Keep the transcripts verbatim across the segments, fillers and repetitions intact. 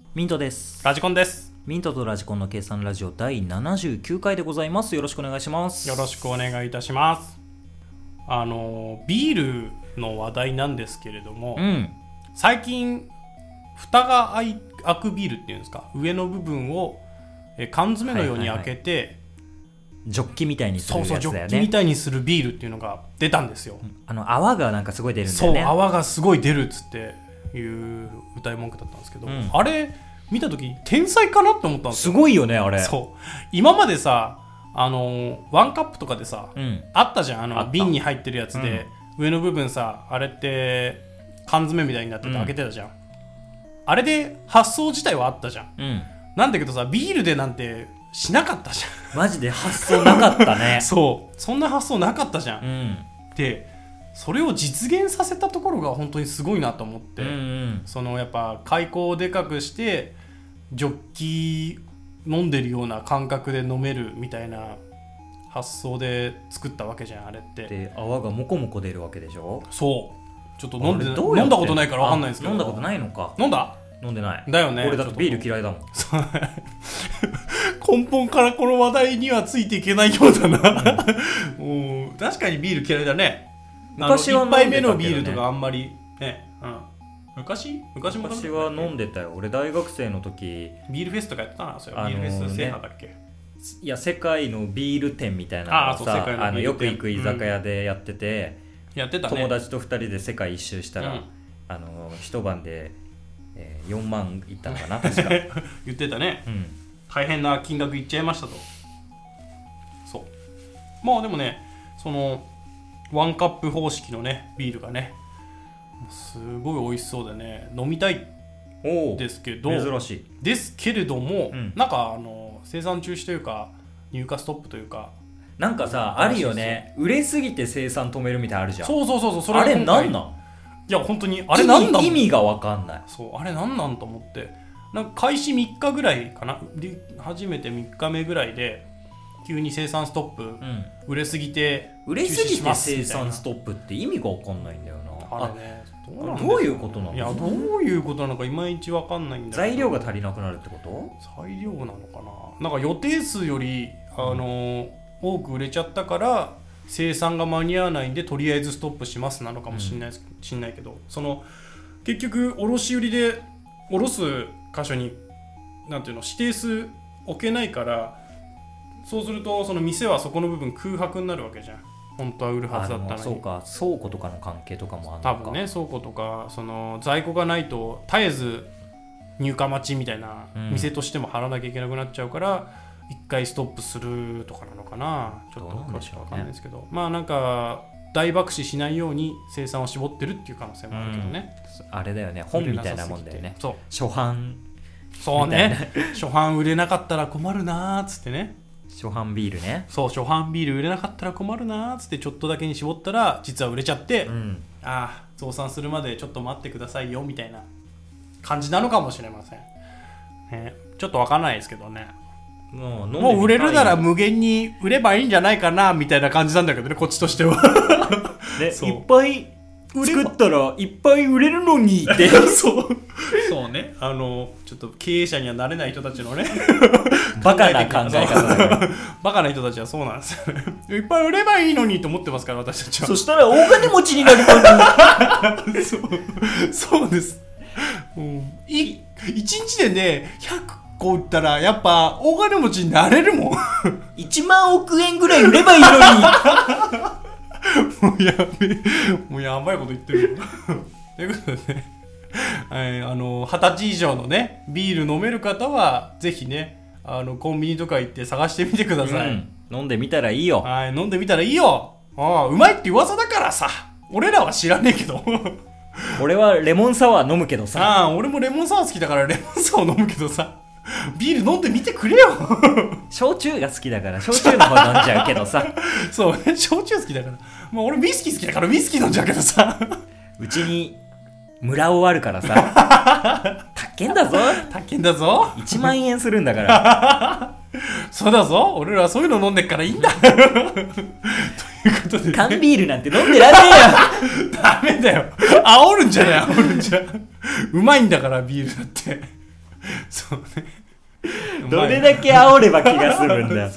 ミントです。 ラジコンです。 ミントとラジコンの計算ラジオだいななじゅうきゅうかいでございます。よろしくお願いします。 よろしくお願いいたします。あのビールの話題なんですけれども、 うん、 最近蓋が開くビールっていうんですか、上の部分を缶詰のように開けて、はいはいはい、 ジョッキみたいにするやつだよね。 そうそう、ジョッキみたいにするビールっていうのが出たんですよ。 あの泡がなんかすごい出るんだよね。 そう、泡がすごい出るっつっていう歌い文句だったんですけど、うん、あれ見た時天才かなって思ったんですよ。 すごいよねあれ。 そう今までさ、あのワンカップとかでさ、うん、あったじゃん、あの瓶に入ってるやつで、うん、上の部分さ、あれって缶詰みたいになってて開けてたじゃん、うん、あれで発想自体はあったじゃん、うん、なんだけどさ、ビールでなんてしなかったじゃん。 マジで発想なかったね。 そうそんな発想なかったじゃん、うん、でそれを実現させたところが本当にすごいなと思って、うんうん、そのやっぱ開口をでかくしてジョッキ飲んでるような感覚で飲めるみたいな発想で作ったわけじゃん、あれって。 で泡がモコモコ出るわけでしょ。 そうちょっと飲んで飲んだことないから分かんないですけど。 飲んだことないのか。 飲んだ飲んでないだよね。 俺だってビール嫌いだもん。 根本からこの話題にはついていけないようだな、うん、もう確かにビール嫌いだね。昔は飲んでたけどね。いっぱいめのビールとかあんまりね、うん、昔昔も昔は飲んでたよ。俺大学生の時ビールフェスとかやってたな。それ、あのーね、ビールフェス制覇だっけ。 いや世界のビール店みたいなのをさ、ああのよく行く居酒屋でやってて、うん、やってたね。友達とふたりで世界一周したら、うん、あの一晩で、えー、よんまんいったのかな確か。 言ってたね、うん、大変な金額いっちゃいましたと。そうまあでもね、そのワンカップ方式のねビールがねすごい美味しそうでね、飲みたいですけど、 珍しいですけれども、うん、なんかあの生産中止というか入荷ストップというかなんかさあるよね。売れすぎて生産止めるみたいなのあるじゃん。 そうそうそうそう。それあれなんなん？ いや本当にあれなんなん？ 意味が分かんない。 そうあれなんなんと思って、なんか開始みっかぐらいかな、初めてみっかめぐらいで急に生産ストップ、うん、売れすぎて売れすぎて生産ストップって意味が分かんないんだよな。 あれね、 どうなんですか？どういうことなの？ いやどういうことなのかいまいち分かんないんだけど。 材料が足りなくなるってこと？ 材料なのかな。なんか予定数より、あのーうん、多く売れちゃったから生産が間に合わないんでとりあえずストップしますなのかもしれない、うん、しんないけど、その結局卸売で卸す箇所になんていうの指定数置けないから、そうするとその店はそこの部分空白になるわけじゃん。本当は売るはずだったのに。 そうか、倉庫とかの関係とかもあるのか。 多分ね、倉庫とかその在庫がないと絶えず入荷待ちみたいな、うん、店としても貼らなきゃいけなくなっちゃうから一回ストップするとかなのかな。ちょっと詳しくわかんないですけど、まあなんか大爆死しないように生産を絞ってるっていう可能性もあるけどね、 うん、あれだよね、本みたいなもんだよね。そう初版そうね初版売れなかったら困るなーっつってね。 初版ビールね。 そう初版ビール売れなかったら困るなーっつってちょっとだけに絞ったら実は売れちゃって、うん、ああ増産するまでちょっと待ってくださいよみたいな感じなのかもしれません、ね、ちょっとわかんないですけどね。もう、もう売れるなら無限に売ればいいんじゃないかなみたいな感じなんだけどね、こっちとしては。 ね、いっぱい作ったらいっぱい売れるのにってそうそうね、あのちょっと経営者にはなれない人たちのねバカな考え方だからバカな人たちはそうなんですよね。いっぱい売ればいいのにと思ってますから私たちは。 そしたら大金持ちになるのに。 そうそうです、うん、いいちにちでねひゃっこ売ったらやっぱ大金持ちになれるもん。 いちまんおくえんぐらい売ればいいのに。 もうやべもうやばいこと言ってる。ということでね、はい、あのはたち以上のねビール飲める方はぜひね、あのコンビニとか行って探してみてください、うん、 飲んでみたらいいよ。 はい、飲んでみたらいいよ。ああうまいって噂だからさ、俺らは知らねえけど。 俺はレモンサワー飲むけどさ。 ああ俺もレモンサワー好きだからレモンサワー飲むけどさ、ビール飲んでみてくれよ。 焼酎が好きだから焼酎の方飲んじゃうけどさ。 そうね、焼酎好きだから、まあ、俺ウイスキー好きだからウイスキー飲んじゃうけどさ。 うちに村尾あるからさ。高んだぞ高んだぞいちまんえんするんだから。 そうだぞ、俺らはそういうの飲んでっからいいんだ。ということで、ね、 缶ビールなんて飲んでらんねえよ。 ダメだよ、煽るんじゃない、煽るんじゃうまいんだからビールだって。 そうね。 どれだけ煽れば気が済むんだよ。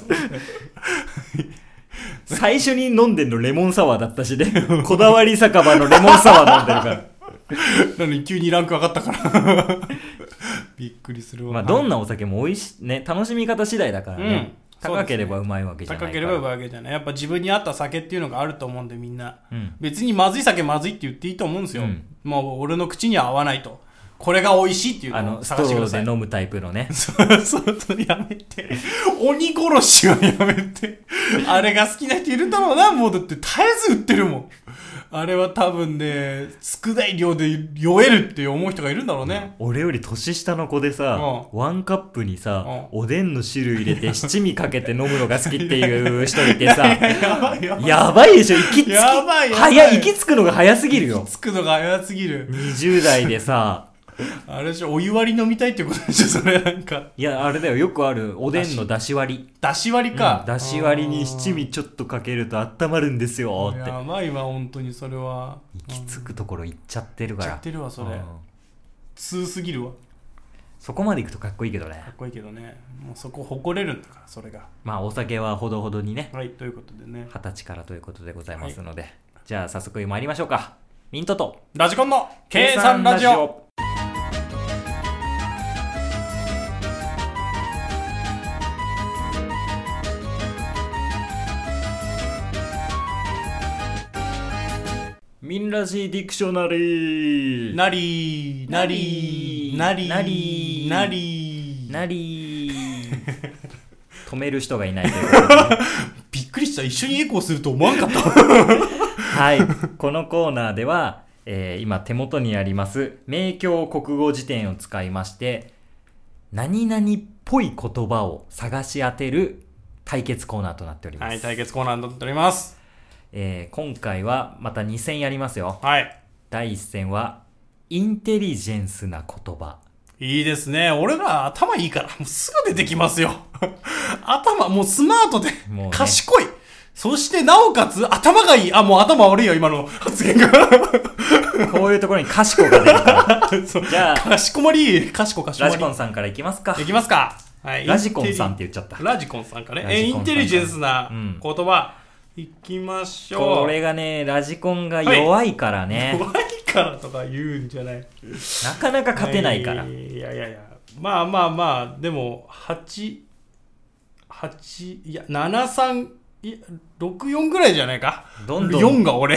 最初に飲んでんのレモンサワーだったしね。こだわり酒場のレモンサワー飲んでるから。 なのに急にランク上がったからびっくりするわ。 まあどんなお酒も美味しいね、楽しみ方次第だからね、うん、高ければうまいわけじゃないから。 高ければうまいわけじゃない。やっぱ自分に合った酒っていうのがあると思うんでみんな、うん、別にまずい酒まずいって言っていいと思うんですよ、うん、もう俺の口には合わないと、これが美味しいっていうのを探してください。 ストローで飲むタイプのね。 そうそうそう、やめて。鬼殺しはやめて。あれが好きな人いるだろうな。もうだって絶えず売ってるもん。あれは多分ね、少ない量で酔えるって思う人がいるんだろうね。 俺より年下の子でさ、うん、ワンカップにさ、うん、おでんの汁入れて七味かけて飲むのが好きっていう人いてさ、やばいやばい。やばいでしょ。行きつき、やばいやばい。早い、行き着くのが早すぎるよ。 行き着くのが早すぎる。 にじゅう代でさ、 あれでしょ、お湯割り飲みたいってことでしょ、それなんか。 いや、あれだよ、よくあるおでんのだし割り。 だし割りか、 うん、だし割りに七味ちょっとかけると温まるんですよって。 やばいわ、本当にそれは。 行き着くところ行っちゃってるから。 行っちゃってるわ、それ。通すぎるわ。 そこまで行くとかっこいいけどね。 かっこいいけどね。もうそこ誇れるんだから、それが。 まあ、お酒はほどほどにね。 はい、ということでね。 二十歳からということでございますので。はい、じゃあ、早速参りましょうか。ミントとラジコンの計算ラジオ。 ミンラジディクショナリーなりーなりーなりーなりーなりーなりー止める人がいないということで、ね、 びっくりした。一緒にエコーすると思わんかったはい、このコーナーでは、えー、今手元にあります明教国語辞典を使いまして何々っぽい言葉を探し当てる対決コーナーとなっております。 はい、対決コーナーとなっております。 えー、今回はまたに戦やりますよ。 はい。 だいいち戦はインテリジェンスな言葉。 いいですね。俺ら頭いいからもうすぐ出てきますよ頭もうスマートで、ね、賢い、そしてなおかつ頭がいい。あ、もう頭悪いよ今の発言がこういうところに賢が出るからじゃあかしこまりかしこかしこまりラジコンさんからいきますか。 いきますか。はい。 ラジコンさんって言っちゃった。 ラジコンさんかね。えインテリジェンスな言葉、うんいきましょう。 これがね、ラジコンが弱いからね、 はい、弱いからとか言うんじゃない。 なかなか勝てないから。 いやいやいや、まあまあまあ、でもはち、はち、いやななさん、いやろくよんぐらいじゃないか。 どんどんよんが俺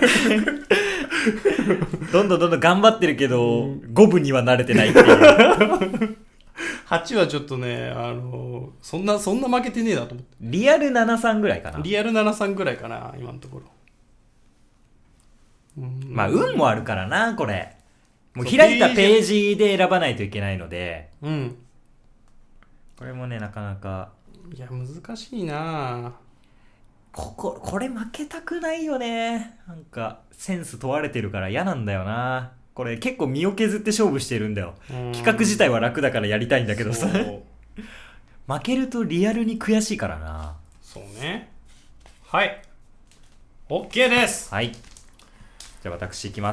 どんどんどんどん頑張ってるけど、うん、ごぶには慣れてないっていうはちはちょっとね、あのー、そんなそんな負けてねえなと思って。 リアルななさんぐらいかな。 リアルななさんぐらいかな今のところ。 うんまあ運もあるからなこれ。もう開いたページで選ばないといけないので、 うん。 これもねなかなか。 いや難しいな。 こここれ負けたくないよね。なんかセンス問われてるから嫌なんだよな。これ結構身を削って勝負してるんだよ。企画自体は楽だからやりたいんだけどさ負けるとリアルに悔しいからな。 そうね。はい OK です。 はい、じゃあ私いきます。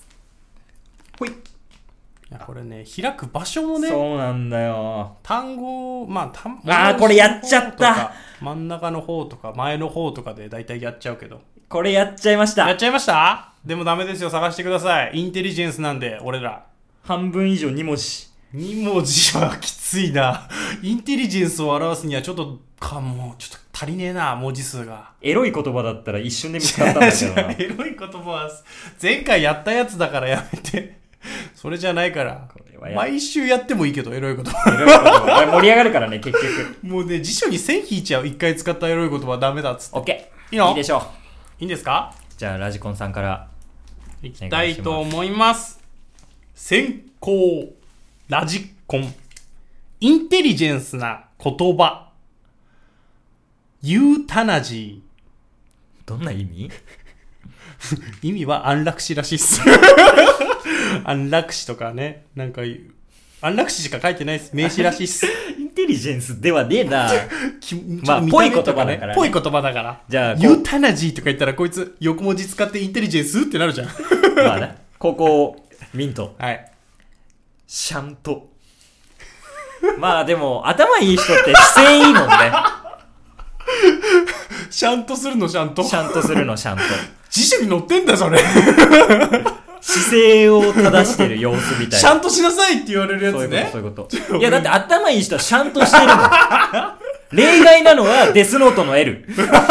ほい。いやこれね開く場所もね、 そうなんだよ。 単語まあ単あーこれやっちゃった。 真ん中の方とか前の方とかでだいたいやっちゃうけど、 これやっちゃいました。 やっちゃいました。でもダメですよ、探してください。インテリジェンスなんで俺ら半分以上に文字。 に文字はきついな。インテリジェンスを表すにはちょっとかもうちょっと足りねえな文字数が。 エロい言葉だったら一瞬で見つかったんだけどなエロい言葉は前回やったやつだからやめてそれじゃないから。毎週やってもいいけどエロい言葉。エロい言葉盛り上がるからね結局。 もうね辞書に線引いちゃう。一回使ったエロい言葉はダメだっつって。 オッケー。 いいの？ いいでしょう。 いいんですか？ じゃあラジコンさんからいきたいと思います。先行ラジコンインテリジェンスな言葉ユータナジー。どんな意味？ 意味は安楽死らしいっす安楽死とかね、なんか安楽死しか書いてないっす。名詞らしいっすインテリジェンスではねえなまあぽい言葉だからね。 ぽい言葉だから。 じゃあユータナジーとか言ったらこいつ横文字使ってインテリジェンスってなるじゃんまあね。ここミント。 はい。 シャンとまあでも頭いい人って姿勢いいもんね。 シャンとするのシャンとシャンとするのシャンと辞書に載ってんだそれ。 姿勢を正してる様子みたいな。 シャンとしなさいって言われるやつね。 そういうことそういうこと。いやだって頭いい人はシャンとしてるもん。例外なのはデスノートの L。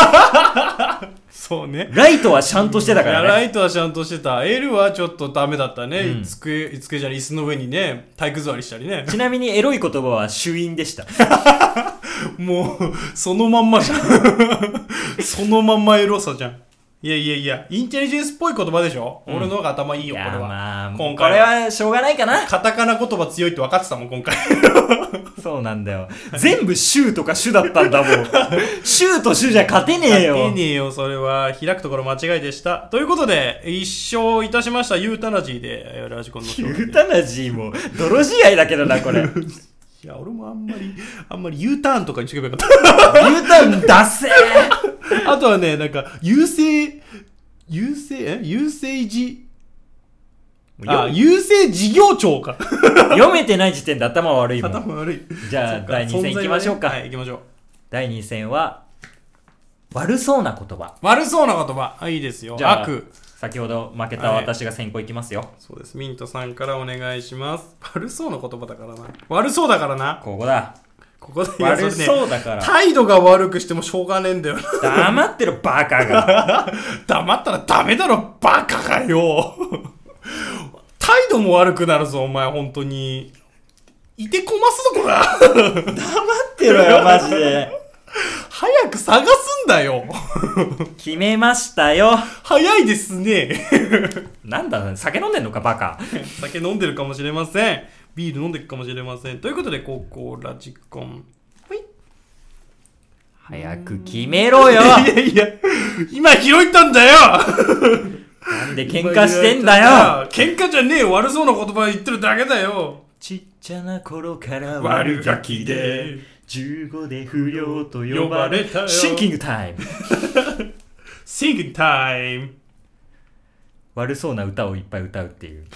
そうね。 ライトはシャンとしてたからね。 ライトはシャンとしてた。L はちょっとダメだったね。うん、机、机じゃない、椅子の上にね、体育座りしたりね。 ちなみにエロい言葉は主因でした。 もう、そのまんまじゃん。そのまんまエロさじゃん。いやいやいや、インテリジェンスっぽい言葉でしょ、うん、俺の方が頭いいよ、これは。まあ、今回これはしょうがないかな。 カタカナ言葉強いって分かってたもん、今回。 そうなんだよ。全部シューとかシュだったんだもん。シューとシュじゃ勝てねえよ。 勝てねえよ、それは。開くところ間違いでした。ということで、一勝いたしました、ユータナジーで、ラジコンの勝利。 ユータナジーも、泥試合だけどな、これ。 いや、俺もあんまり、あんまり U ターンとかにしとけばよかった。U ターン出せーあとはね、なんか、優勢、優勢、え優勢時、あ、優勢事業長か。 読めてない時点で頭悪いもん。 頭悪い。 じゃあ、だいに戦行きましょうか。 はい、行きましょう。 だいに戦は、悪そうな言葉。 悪そうな言葉。あ、いいですよ。 じゃあ、悪。先ほど負けた私が先行いきますよ、はい、 そうです。ミントさんからお願いします。悪そうな言葉だからな。悪そうだからな。 ここだ。 ここだ。 悪そうだから。 態度が悪くしてもしょうがねえんだよな。 黙ってろバカが。 黙ったらダメだろバカがよ。態度も悪くなるぞお前本当に。いてこますぞこら。 黙ってろよマジで。 早く探すんだよ。 決めましたよ。 早いですね。 なんだ酒飲んでんのかバカ。 酒飲んでるかもしれません。ビール飲んでるかもしれません。ということで高校ラジコン。ほい。 早く決めろよ。 いやいや今拾いたんだよ。 なんで喧嘩してんだよ。 喧嘩じゃねえよ。悪そうな言葉言ってるだけだよ。 ちっちゃな頃から悪ガキでじゅうごで不良と呼ばれたよ。シンキングタイム。 シンキングタイム。 悪そうな歌をいっぱい歌うっていう。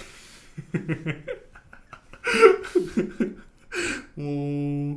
もう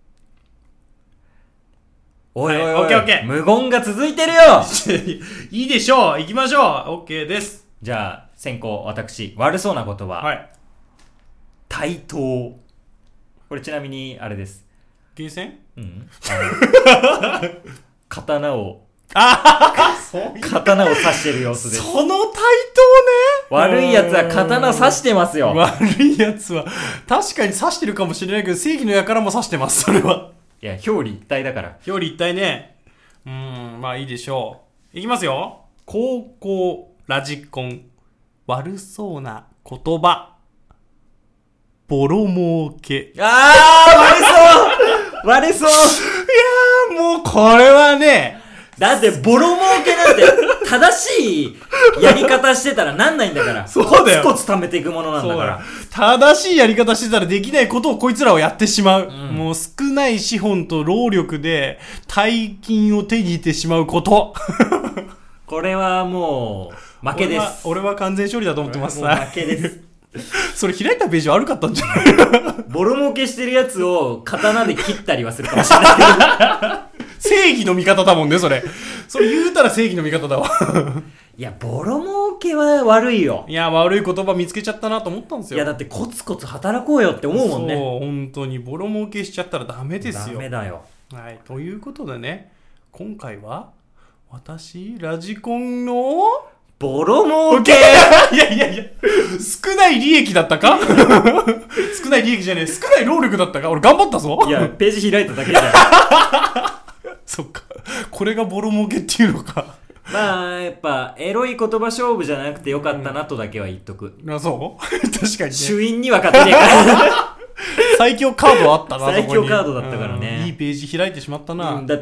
おいおいおい、 オッケーオッケー。 無言が続いてるよ。 いいでしょう。行きましょう。オッケーです。 じゃあ先行私。悪そうな言葉。 はい。 対等。これちなみにあれです。 ゲーセン？ うん。あの刀をあそう刀を刺してる様子です。 その対等ね。 悪いやつは刀刺してますよ。 悪いやつは確かに刺してるかもしれないけど正義の輩も刺してます。それは。 いや表裏一体だから。 表裏一体ね。うーんまあいいでしょう。いきますよ。高校ラジコン悪そうな言葉。ボロ儲け。 あー悪そう悪そう。 いやーもうこれはね。 だってボロ儲けなんて正しいやり方してたらなんないんだから。 そうだよ。 コツコツ貯めていくものなんだから。 正しいやり方してたらできないことをこいつらはやってしまう。うん、もう少ない資本と労力で大金を手に入れてしまうこと。 これはもう負けです。 俺は、俺は完全勝利だと思ってます。 負けです。 それ開いたページ悪かったんじゃない？ ボロ儲けしてるやつを刀で切ったりはするかもしれないけど。 正義の味方だもんね、それ。それ言うたら正義の味方だわ。 いや、ボロ儲けは悪いよ。 いや、悪い言葉見つけちゃったなと思ったんですよ。 いや、だってコツコツ働こうよって思うもんね。 そう、本当にボロ儲けしちゃったらダメですよ。 ダメだよ。 はい、ということでね、今回は、私、ラジコンの、 ボロ儲けいやいやいや、少ない利益だったか少ない利益じゃねえ、少ない労力だったか俺頑張ったぞ。 いや、ページ開いただけじゃん。 そっか。これがボロ儲けっていうのか。 まあ、やっぱ、エロい言葉勝負じゃなくてよかったなとだけは言っとく。 うん、あ、そう確かにね。 主因には勝てねえから。 最強カードあったな、 最強カードだったからね、 うん。いいページ開いてしまったな。 うん、だって、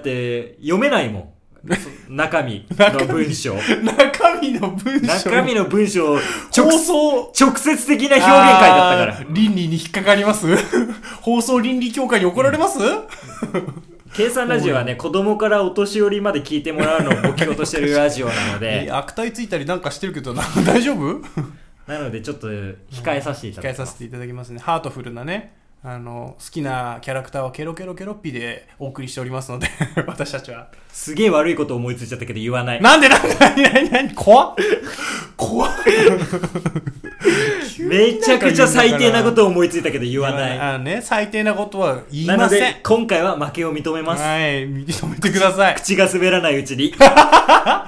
読めないもん。中身の文章。 中身の文章。 中身の文章。 放送。 直接的な表現書いてあったから。 倫理に引っかかります？放送倫理協会に怒られます？うん計算ラジオはね、子供からお年寄りまで聞いてもらうのを目標としてるラジオなので悪態ついたりなんかしてるけどな大丈夫？ なのでちょっと控えさせていただきます、 控えさせていただきますね。ハートフルなね、 あの好きなキャラクターはケロケロケロッピでお送りしておりますので私たちはすげえ悪いこと思いついちゃったけど言わない。 なんでなんで何何何怖っ怖っめちゃくちゃ最低なことを思いついたけど言わない。 あのね、最低なことは言いません。なので今回は負けを認めます。 はい、認めてください。 口が滑らないうちにはい、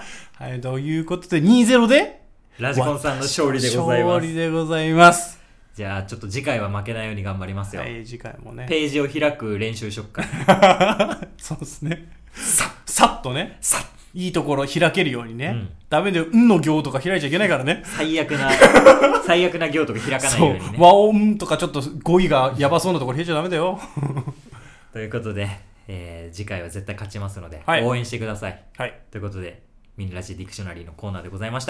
ということで にたいゼロ でラジコンさんの勝利でございます。 勝利でございます。 じゃあちょっと次回は負けないように頑張りますよ。 はい、次回もね。 ページを開く練習しよっか。 そうですね。さっ、さっとね。 さっ。 いいところ開けるようにね。うん、ダメで、うんの行とか開いちゃいけないからね。 最悪な、最悪な行とか開かないようにね。 そう。和音とかちょっと語彙がやばそうなところ開いちゃダメだよ。 ということで、えー、次回は絶対勝ちますので、 はい、 応援してください。 はい。 ということで、ミニラジディクショナリーのコーナーでございました。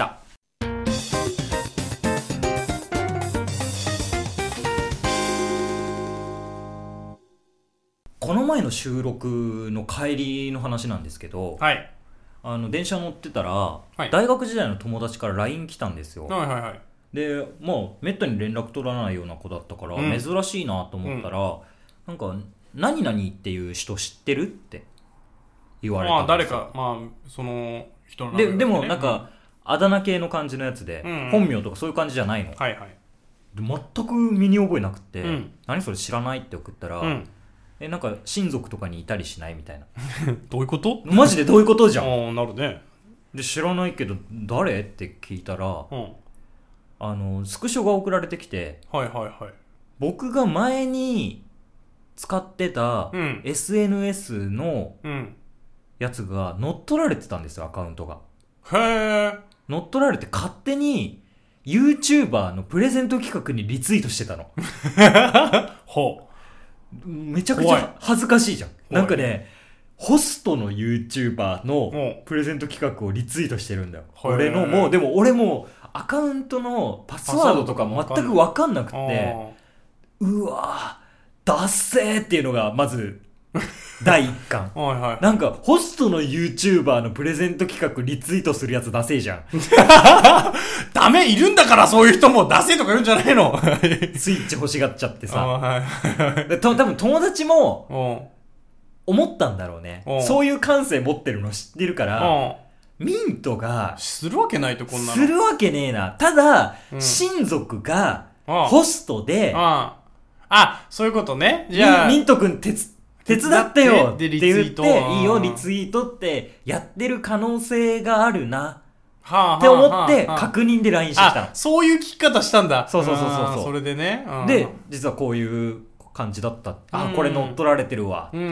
この前の収録の帰りの話なんですけど、 はい、 あの電車乗ってたら、はい、大学時代の友達から ライン 来たんですよ。 はいはいはい、 で、まあめったに連絡取らないような子だったから、うん、珍しいなと思ったら、うん、なんか何々っていう人知ってるって言われたんですよ。 まあ誰か、まあその人の名前、ね、で, でもなんか、うん、あだ名系の感じのやつで、うんうん、本名とかそういう感じじゃないの。 はいはい、 で全く身に覚えなくて、うん、何それ知らないって送ったら、うん、えなんか親族とかにいたりしないみたいな。 どういうこと？ マジでどういうことじゃん。 ああ、なるね。 で知らないけど誰って聞いたら、うん、あのスクショが送られてきて、 はいはいはい、 僕が前に使ってた エスエヌエス のやつが乗っ取られてたんですよ、アカウントが。 へえ。 乗っ取られて勝手に YouTuber のプレゼント企画にリツイートしてたの。 ほう。めちゃくちゃ恥ずかしいじゃん。なんかね、ホストの YouTuber のプレゼント企画をリツイートしてるんだよ。俺のもう、でも俺もアカウントのパスワードとか全く分かんなくて、うわぁ、ダッセーっていうのがまずだいいっかん。 はいはい、 なんかホストの YouTuber のプレゼント企画リツイートするやつダセーじゃん。 ダメ、いるんだからそういう人もダセーとか言うんじゃないの。 スイッチ欲しがっちゃってさ。 はい、 で多分友達も思ったんだろうね。そういう感性持ってるの知ってるから、ミントがするわけないと、こんなのするわけねえな。ただ、うん、親族がホストで、 ああ、あ、そういうことね。じゃあミントくん手伝手伝ってよって言って、いいよリツイートってやってる可能性があるなって思って確認で ライン してきたの。 そういう聞き方したんだ。 そうそうそうそう。 それでね。 で、実はこういう感じだった。あ、これ乗っ取られてるわ。 うん、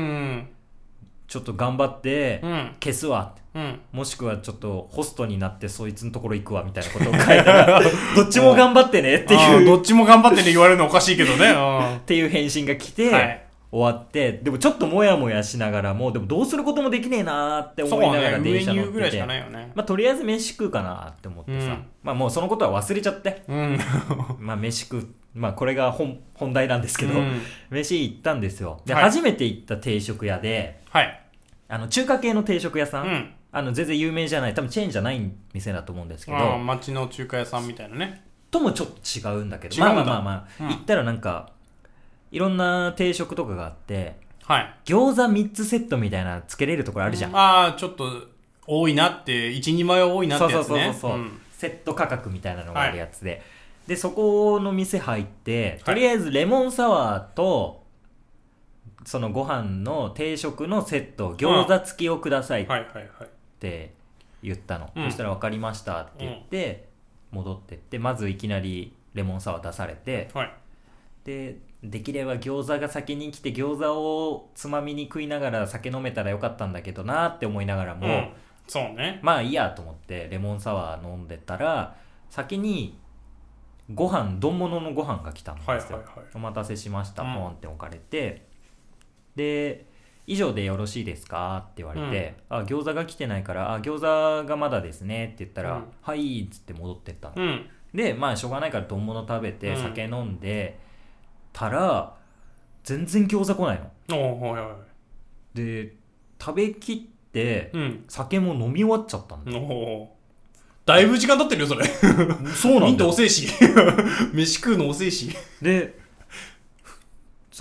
ちょっと頑張って消すわ。 うん、 もしくはちょっとホストになってそいつのところ行くわみたいなことを書いたら、どっちも頑張ってねっていう。 どっちも頑張ってね言われるのおかしいけどね。 っていう返信が来て、はい、終わって、でもちょっともやもやしながらも、でもどうすることもできねえなーって思いながら電車乗ってて、 ね、 まあとりあえず飯食うかなって思ってさ、うん、まあもうそのことは忘れちゃって、 うん、 まあ飯食う、まあこれが 本, 本題なんですけど、うん、飯行ったんですよ。で、はい、初めて行った定食屋で、 はい、 あの中華系の定食屋さん、 うん、 あの全然有名じゃない、多分チェーンじゃない店だと思うんですけど、 あ、町の中華屋さんみたいなね。 ともちょっと違うんだけど、まあまあまあまあ、うん、行ったらなんかいろんな定食とかがあって、 はい、 餃子みっつセットみたいなつけれるところあるじゃん。 うん、ああ、ちょっと多いなって、いち、にまいは多いなってやつね。 そうそうそうそう、うん、セット価格みたいなのがあるやつで、はい、でそこの店入って、とりあえずレモンサワーとそのご飯の定食のセット餃子付きをくださいって言ったの、 うん、 そしたら分かりましたって言って戻ってって、まずいきなりレモンサワー出されて、 はい、 でできれば餃子が先に来て餃子をつまみに食いながら酒飲めたらよかったんだけどなって思いながらも、うん、 そうね、 まあいいやと思ってレモンサワー飲んでたら、先にご飯丼物のご飯が来たんですよ、 はいはいはい、 お待たせしました、ポンって置かれて、で以上でよろしいですかって言われて、うん、あ餃子が来てないからあ餃子がまだですねって言ったら、うん、はいっつって戻ってったの、 うん、 でまあしょうがないから丼物食べて酒飲んでたら、全然餃子来ないの。 おはいはい、 で食べきって、 うん、 酒も飲み終わっちゃったんだ。 おだいぶ時間経ってるよそれ。 そうなんだ。 ミント遅えし飯食うの遅えし。 で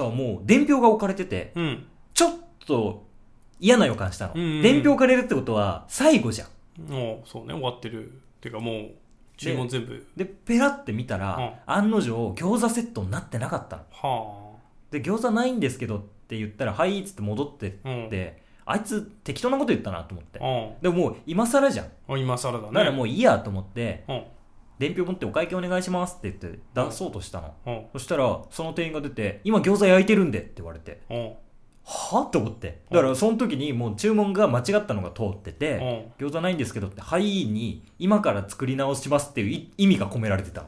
さもう伝票が置かれてて、 うん、 ちょっと嫌な予感したの、 うんうん、 伝票置かれるってことは最後じゃん。 もうそうね終わってるっていうかもう注文全部でペラって見たら、うん、案の定餃子セットになってなかったの、 はあ、 で餃子ないんですけどって言ったらはいっつって戻ってって、うん、あいつ適当なこと言ったなと思って、うん、でももう今更じゃん。 今更だね。 だからもういいやと思って、 うん、 伝票持ってお会計お願いしますって言って出そうとしたの、うん、そしたらその店員が出て今餃子焼いてるんでって言われて、うん、はと思って、だからその時にもう注文が間違ったのが通ってて、うん、餃子ないんですけどってはいに今から作り直しますっていう意味が込められてたの。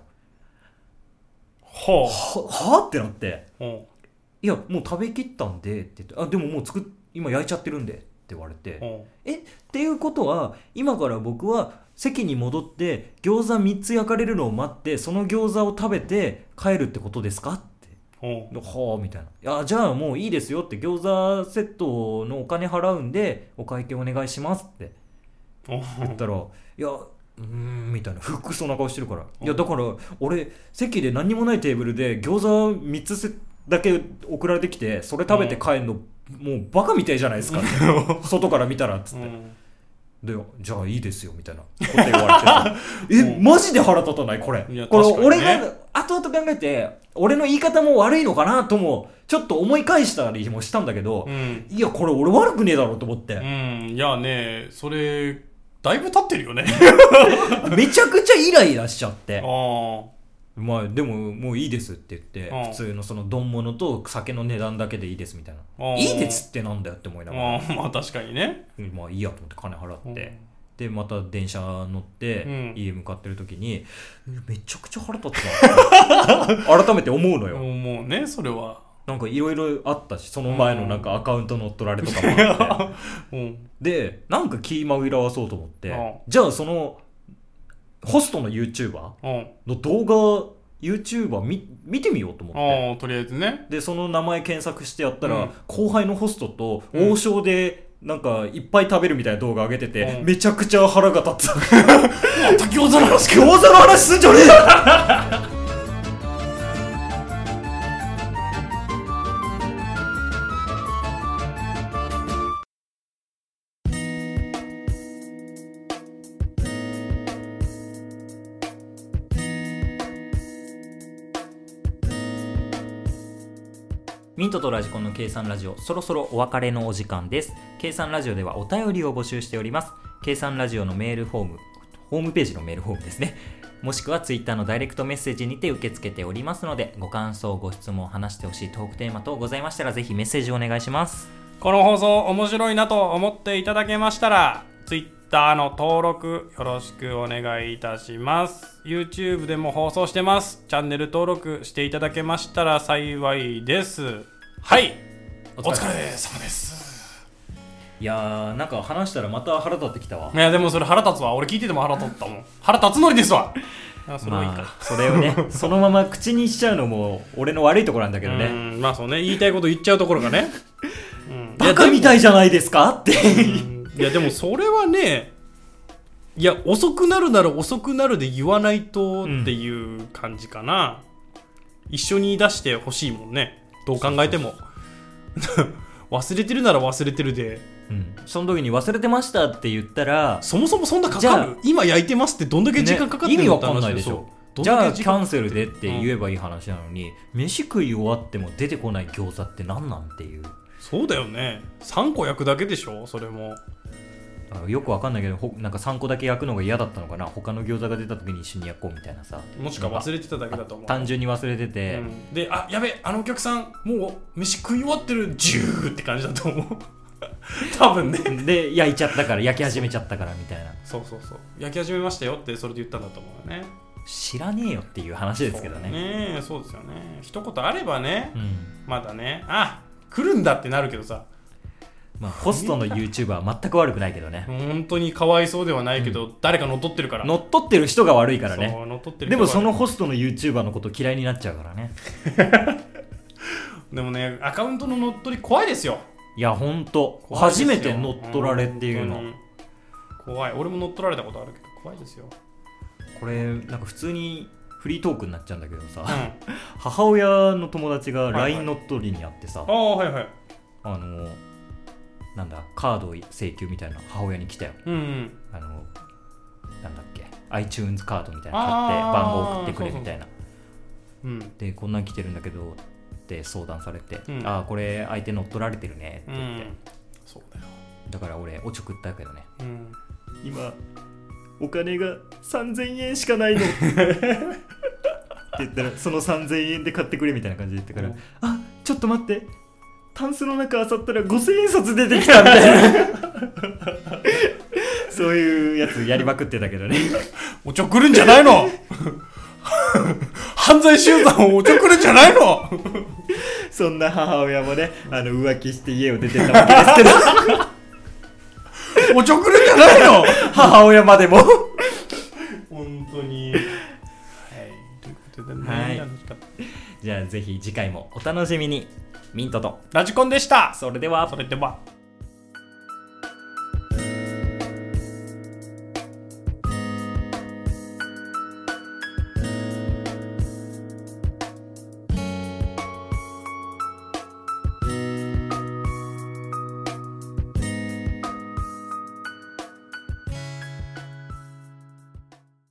はあ、は, はってなって、 うん、 いやもう食べきったんでって言って、あでももう作っ今焼いちゃってるんでって言われて、うん、えっていうことは今から僕は席に戻って餃子みっつ焼かれるのを待ってその餃子を食べて帰るってことですかって、うん、はあみたいな、いやじゃあもういいですよって餃子セットのお金払うんでお会計お願いしますって言ったら、いやうーんみたいな不服そうな顔してるから、いやだから俺席で何にもないテーブルで餃子みっつだけ送られてきてそれ食べて帰るのもうバカみたいじゃないですかって外から見たらっつって、でじゃあいいですよみたいなこと言われてえマジで腹立たないこれ、 いやこれ確かにね、 俺が後々考えて俺の言い方も悪いのかなともちょっと思い返したりもしたんだけど、 うん、 いやこれ俺悪くねえだろうと思って、 うん、いやねそれだいぶ経ってるよねめちゃくちゃイライラしちゃって、 あまあでももういいですって言って、 うん、 普通のその丼物と酒の値段だけでいいですみたいな、いいですってなんだよって思いながら、 あまあ確かにね、 まあいいやと思って金払って、うん、でまた電車乗って家向かってる時に、うん、めちゃくちゃ腹立つな改めて思うのよ。 もうねそれはなんかいろいろあったし、その前のなんかアカウント乗っ取られとかもあって、うん、でなんか気紛らわそうと思って、うん、じゃあそのホストの YouTuber の動画 YouTuber 見, 見てみようと思って、 とりあえずね、 でその名前検索してやったら、うん、後輩のホストと王将でなんかいっぱい食べるみたいな動画上げてて、うん、めちゃくちゃ腹が立ったまた餃子の話餃子の話すんじゃねえよミントとラジコンの計算ラジオ、そろそろお別れのお時間です。計算ラジオではお便りを募集しております。計算ラジオのメールフォーム、ホームページのメールフォームですね。もしくはツイッターのダイレクトメッセージにて受け付けておりますので、ご感想、ご質問、話してほしいトークテーマ等ございましたら、ぜひメッセージをお願いします。 この放送面白いなと思っていただけましたら、ツイッターの登録よろしくお願いいたします。 YouTube でも放送してます。チャンネル登録していただけましたら幸いです。はい、お疲れ様です。 いやーなんか話したらまた腹立ってきたわ。 いやでもそれ腹立つわ。俺聞いてても腹立ったもん。腹立つのりですわ。あそれはいいか、まあ、それをねそのまま口にしちゃうのも俺の悪いところなんだけどね。 うんまあそうね、言いたいこと言っちゃうところがね、 うん、バカみたいじゃないですかっていやでもそれはね、いや遅くなるなら遅くなるで言わないとっていう感じかな、うん、一緒に出してほしいもんね、どう考えても忘れてるなら忘れてるで、 うん、その時に忘れてましたって言ったら、 そもそもそんなかかる、今焼いてますってどんだけ時間かかってるの、 ね、意味わかんないでしょ。じゃあキャンセルでって言えばいい話なのに、うん、飯食い終わっても出てこない餃子って何なんていう。 そうだよね、さんこ焼くだけでしょそれも。 よくわかんないけど、なんかさんこだけ焼くのが嫌だったのかな、他の餃子が出た時に一緒に焼こうみたいなさ。 もしくは忘れてただけだと思う。 単純に忘れてて、うん、で、あ、やべ、あのお客さんもう飯食い終わってる、ジューって感じだと思う多分ねで焼いちゃったから、焼き始めちゃったからみたいな。 そうそうそう、焼き始めましたよってそれで言ったんだと思うよね。 知らねえよっていう話ですけどね。 そうね、そうですよね。一言あればね、 うん、 まだね、あ、来るんだってなるけどさ、 まあ、ホストの YouTuber は全く悪くないけどね本当にかわいそうではないけど、うん、誰か乗っ取ってるから、 乗っ取ってる人が悪いからね。 そう、乗っ取ってる人が悪い。 でもそのホストの YouTuber のこと嫌いになっちゃうからねでもね、アカウントの乗っ取り怖いですよ。 いやほんと初めて乗っ取られっていうの、 怖い。俺も乗っ取られたことあるけど怖いですよ。 これなんか普通にフリートークになっちゃうんだけどさ、うん、母親の友達が ライン 乗っ取りにあってさ、 はいはい、あ、はいはい、 あのなんだカード請求みたいな母親に来たよ、 うんうん、 あのなんだっけ iTunes カードみたいなの買って番号送ってくれみたいな、 うん、 でこんなん来てるんだけどって相談されて、うん、ああこれ相手乗っ取られてるねって言って、うん、 そうだよ。 だから俺おちょくったけどね、 うん、 今お金がさんぜんえんしかないのって言ったらそのさんぜんえんで買ってくれみたいな感じで言ったから、うん、あちょっと待ってタンスの中あさったらごせんえん札出てきたみたいなそういうやつやりまくってたけどねおちょくるんじゃないの犯罪集団をおちょくるんじゃないのそんな母親もねあの浮気して家を出てたわけですけどおちょくるんじゃないの母親までも本当に、はい、ということでね、はい、 じゃあぜひ次回もお楽しみに。ミントとラジコンでした。 それではそれでは